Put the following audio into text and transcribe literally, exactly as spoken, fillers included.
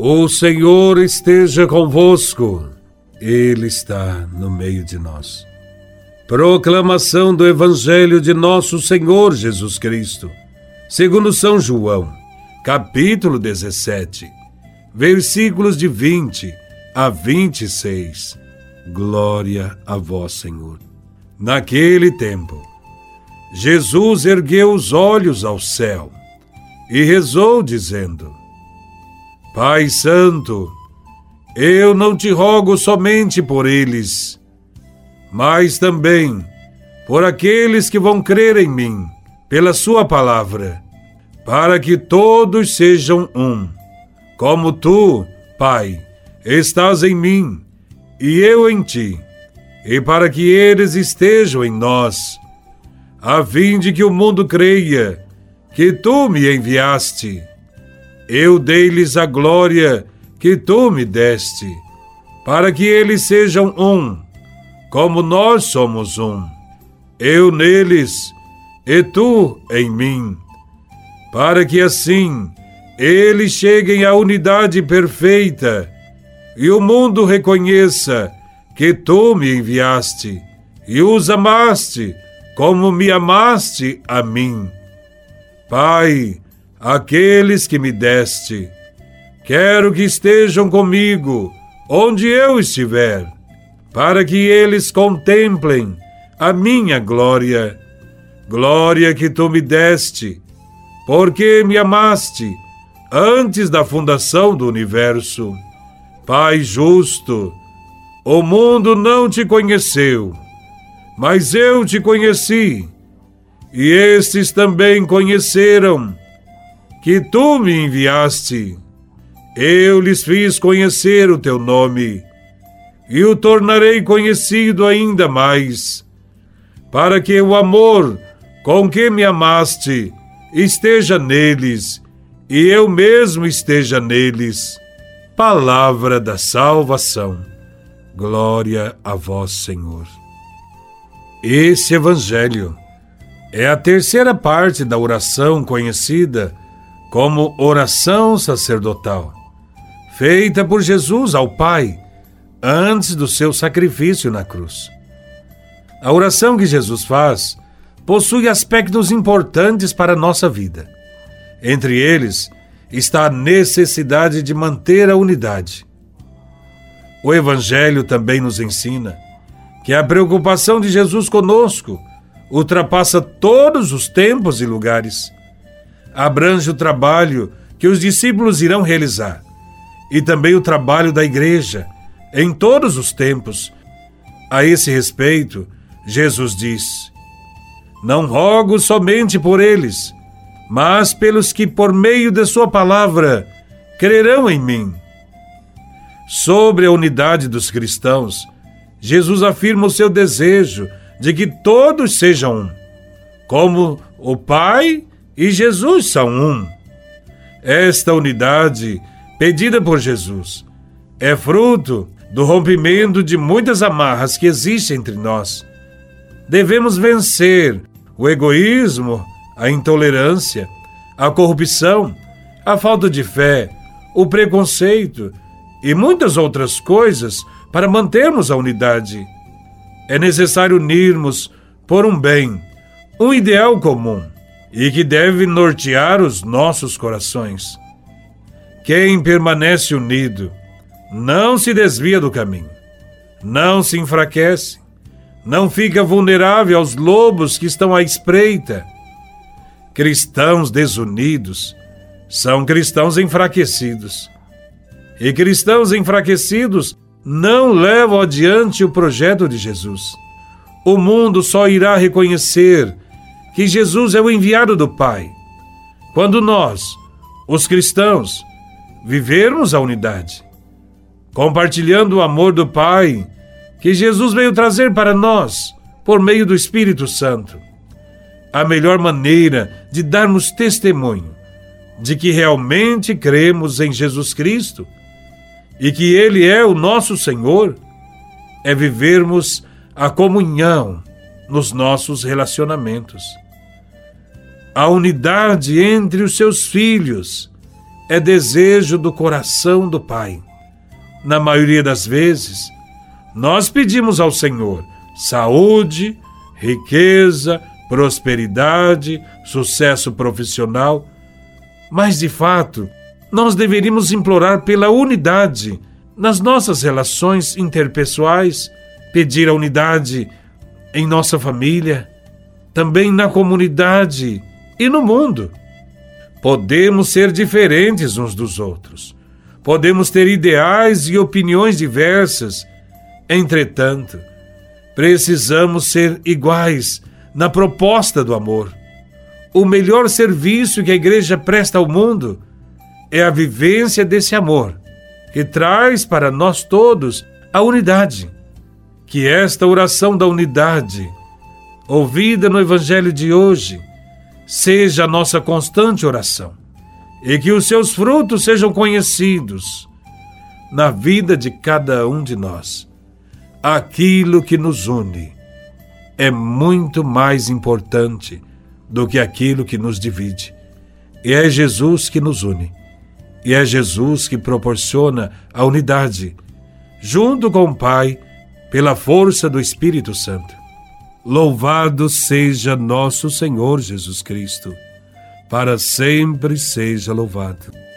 O Senhor esteja convosco. Ele está no meio de nós. Proclamação do Evangelho de nosso Senhor Jesus Cristo, segundo São João, capítulo dezessete, versículos de vinte a vinte e seis. Glória a vós, Senhor. Naquele tempo, Jesus ergueu os olhos ao céu e rezou, dizendo: Pai Santo, eu não te rogo somente por eles, mas também por aqueles que vão crer em mim, pela sua palavra, para que todos sejam um, como tu, Pai, estás em mim e eu em ti, e para que eles estejam em nós, a fim de que o mundo creia que tu me enviaste. Eu dei-lhes a glória que tu me deste, para que eles sejam um, como nós somos um. Eu neles e tu em mim, para que assim eles cheguem à unidade perfeita e o mundo reconheça que tu me enviaste e os amaste como me amaste a mim. Pai, aqueles que me deste, quero que estejam comigo onde eu estiver, para que eles contemplem a minha glória, glória que tu me deste, porque me amaste antes da fundação do universo. Pai justo, o mundo não te conheceu, mas eu te conheci, e estes também conheceram que tu me enviaste. Eu lhes fiz conhecer o teu nome, e o tornarei conhecido ainda mais, para que o amor com que me amaste esteja neles, e eu mesmo esteja neles. Palavra da salvação. Glória a vós, Senhor. Esse Evangelho é a terceira parte da oração conhecida como oração sacerdotal, feita por Jesus ao Pai antes do seu sacrifício na cruz. A oração que Jesus faz possui aspectos importantes para a nossa vida. Entre eles está a necessidade de manter a unidade. O Evangelho também nos ensina que a preocupação de Jesus conosco ultrapassa todos os tempos e lugares. Abrange o trabalho que os discípulos irão realizar e também o trabalho da igreja em todos os tempos. A esse respeito, Jesus diz: Não rogo somente por eles, mas pelos que por meio de sua palavra crerão em mim. Sobre a unidade dos cristãos, Jesus afirma o seu desejo de que todos sejam um, como o Pai e Jesus são um. Esta unidade, pedida por Jesus, é fruto do rompimento de muitas amarras que existem entre nós. Devemos vencer o egoísmo, a intolerância, a corrupção, a falta de fé, o preconceito e muitas outras coisas para mantermos a unidade. É necessário unirmos por um bem, um ideal comum, e que deve nortear os nossos corações. Quem permanece unido não se desvia do caminho, não se enfraquece, não fica vulnerável aos lobos que estão à espreita. Cristãos desunidos são cristãos enfraquecidos, e cristãos enfraquecidos não levam adiante o projeto de Jesus. O mundo só irá reconhecer que Jesus é o enviado do Pai quando nós, os cristãos, vivermos a unidade, compartilhando o amor do Pai que Jesus veio trazer para nós por meio do Espírito Santo. A melhor maneira de darmos testemunho de que realmente cremos em Jesus Cristo e que Ele é o nosso Senhor é vivermos a comunhão nos nossos relacionamentos. A unidade entre os seus filhos é desejo do coração do Pai. Na maioria das vezes, nós pedimos ao Senhor saúde, riqueza, prosperidade, sucesso profissional, mas de fato, nós deveríamos implorar pela unidade nas nossas relações interpessoais, pedir a unidade em nossa família, também na comunidade e no mundo. Podemos ser diferentes uns dos outros, podemos ter ideais e opiniões diversas, entretanto, precisamos ser iguais na proposta do amor. O melhor serviço que a igreja presta ao mundo é a vivência desse amor, que traz para nós todos a unidade. Que esta oração da unidade, ouvida no Evangelho de hoje, seja a nossa constante oração e que os seus frutos sejam conhecidos na vida de cada um de nós. Aquilo que nos une é muito mais importante do que aquilo que nos divide. E é Jesus que nos une. E é Jesus que proporciona a unidade, junto com o Pai, pela força do Espírito Santo. Louvado seja nosso Senhor Jesus Cristo. Para sempre seja louvado.